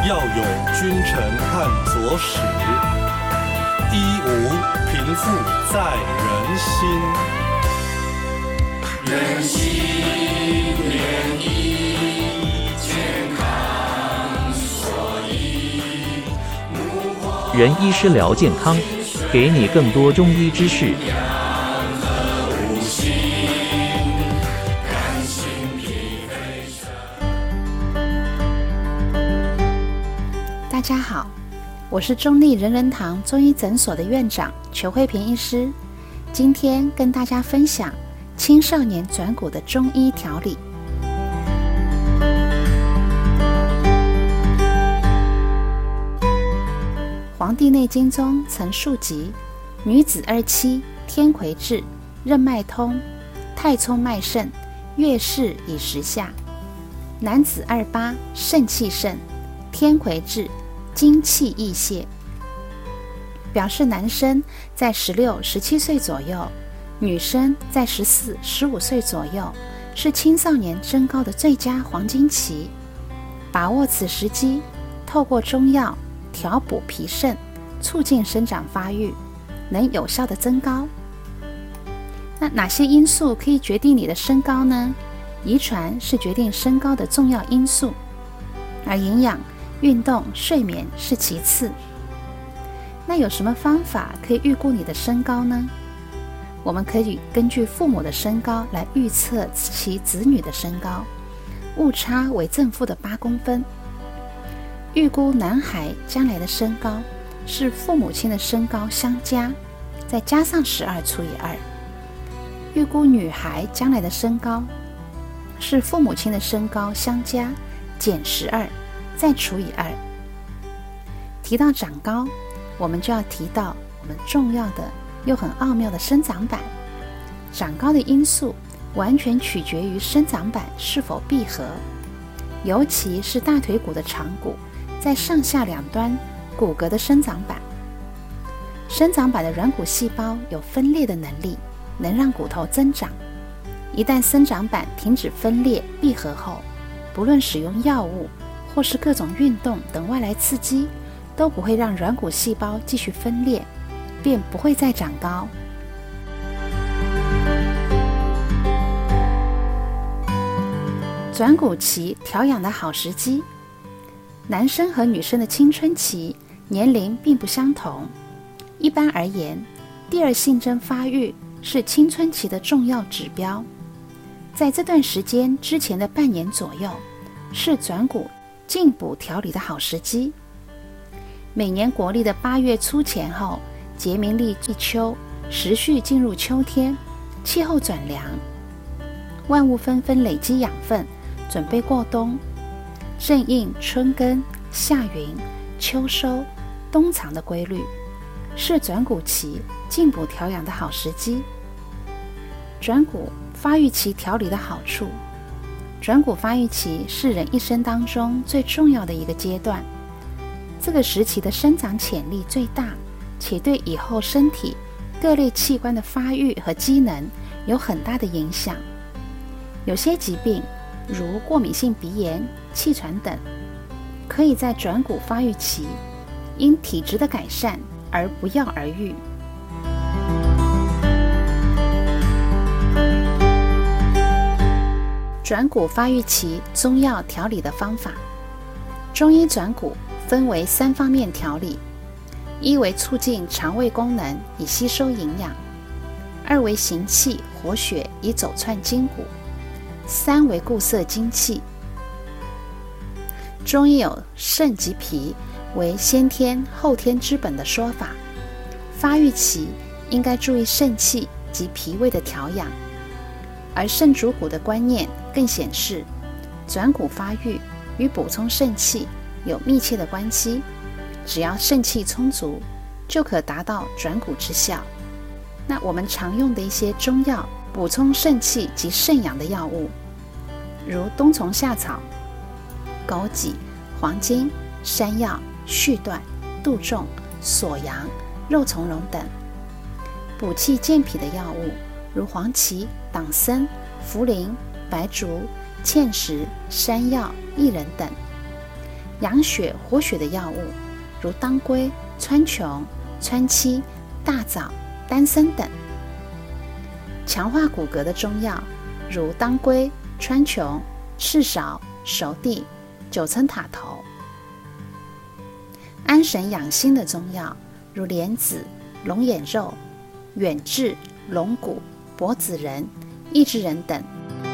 要有君臣看佐使，一无贫富在人心。 人心联谊，健康所依。 人医师聊健康，给你更多中医知识。 大家好，我是中立人人堂中医诊所的院长裘慧萍医师，今天跟大家分享青少年转骨的中医调理。《黄帝内经》中曾述及：女子27，天癸至，任脉通，太冲脉盛，月事以时下；男子28，肾气盛，天癸至，精气溢泄。表示男生在16、17岁左右，女生在14、15岁左右，是青少年增高的最佳黄金期。把握此时机，透过中药调补脾肾，促进生长发育，能有效的增高。那哪些因素可以决定你的身高呢？遗传是决定身高的重要因素，而营养、运动、睡眠是其次。那有什么方法可以预估你的身高呢？我们可以根据父母的身高来预测其子女的身高，误差为正负的8公分。预估男孩将来的身高是父母亲的身高相加，再加上12除以2。预估女孩将来的身高是父母亲的身高相加减12，再除以2。提到长高，我们就要提到我们重要的又很奥妙的生长板。长高的因素完全取决于生长板是否闭合，尤其是大腿骨的长骨在上下两端骨骼的生长板。生长板的软骨细胞有分裂的能力，能让骨头增长。一旦生长板停止分裂闭合后，不论使用药物或是各种运动等外来刺激，都不会让软骨细胞继续分裂，便不会再长高。转骨期调养的好时机，男生和女生的青春期年龄并不相同。一般而言，第二性征发育是青春期的重要指标。在这段时间之前的半年左右，是转骨进补调理的好时机。每年国历的8月初前后，节明历一秋，时序进入秋天，气候转凉，万物纷纷累积养分，准备过冬，正应春耕、夏耘、秋收、冬藏的规律，是转骨期进补调养的好时机。转骨发育期调理的好处，转骨发育期是人一生当中最重要的一个阶段。这个时期的生长潜力最大，且对以后身体各类器官的发育和机能有很大的影响。有些疾病，如过敏性鼻炎、气喘等，可以在转骨发育期因体质的改善而不药而愈。转骨发育期中药调理的方法，中医转骨分为3方面调理：一为促进肠胃功能以吸收营养；2为行气活血以走窜筋骨；3为固摄精气。中医有肾及脾为先天后天之本的说法，发育期应该注意肾气及脾胃的调养，而肾主骨的观念更显示，转骨发育与补充肾气有密切的关系，只要肾气充足，就可达到转骨之效。那我们常用的一些中药补充肾气及肾阳的药物，如冬虫夏草、枸杞、黄精、山药、续断、杜仲、锁阳、肉苁蓉等；补气健脾的药物，如黄芪、党参、茯苓、白术、芡实、山药、薏仁等； 养血活血的药物，如当归、川穹、川七、大枣、丹参等；强化骨骼的中药，如当归、川穹、赤芍、熟地、九层塔头；安神养心的中药，如莲子、龙眼肉、远志、龙骨、柏子仁、益智仁等。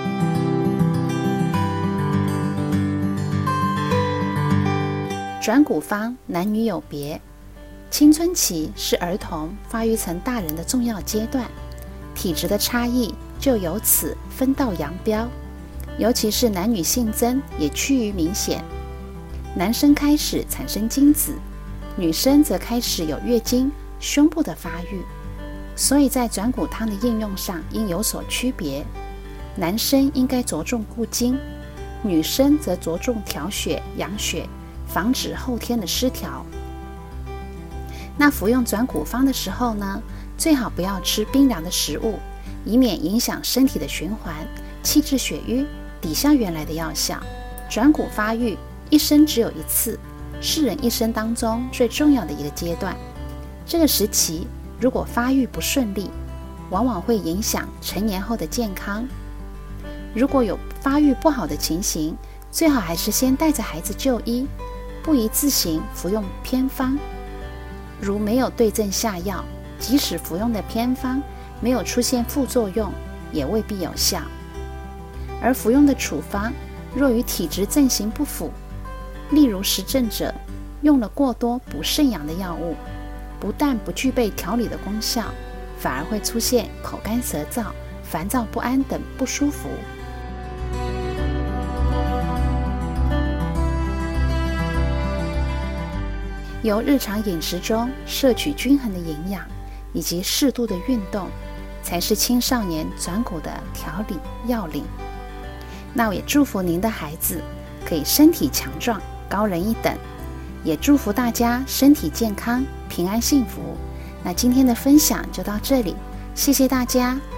转骨方男女有别，青春期是儿童发育成大人的重要阶段，体质的差异就由此分道扬镳，尤其是男女性征也趋于明显。男生开始产生精子，女生则开始有月经、胸部的发育，所以在转骨汤的应用上应有所区别。男生应该着重固精，女生则着重调血养血，防止后天的失调。那服用转骨方的时候呢，最好不要吃冰凉的食物，以免影响身体的循环，气滞血瘀，抵消原来的药效。转骨发育一生只有一次，是人一生当中最重要的一个阶段。这个时期如果发育不顺利，往往会影响成年后的健康。如果有发育不好的情形，最好还是先带着孩子就医，不宜自行服用偏方。如没有对症下药，即使服用的偏方没有出现副作用，也未必有效。而服用的处方若与体质症型不符，例如实证者用了过多补肾阳的药物，不但不具备调理的功效，反而会出现口干舌燥、烦躁不安等不舒服。由日常饮食中摄取均衡的营养以及适度的运动，才是青少年转骨的调理要领。那我也祝福您的孩子可以身体强壮，高人一等，也祝福大家身体健康，平安幸福。那今天的分享就到这里，谢谢大家。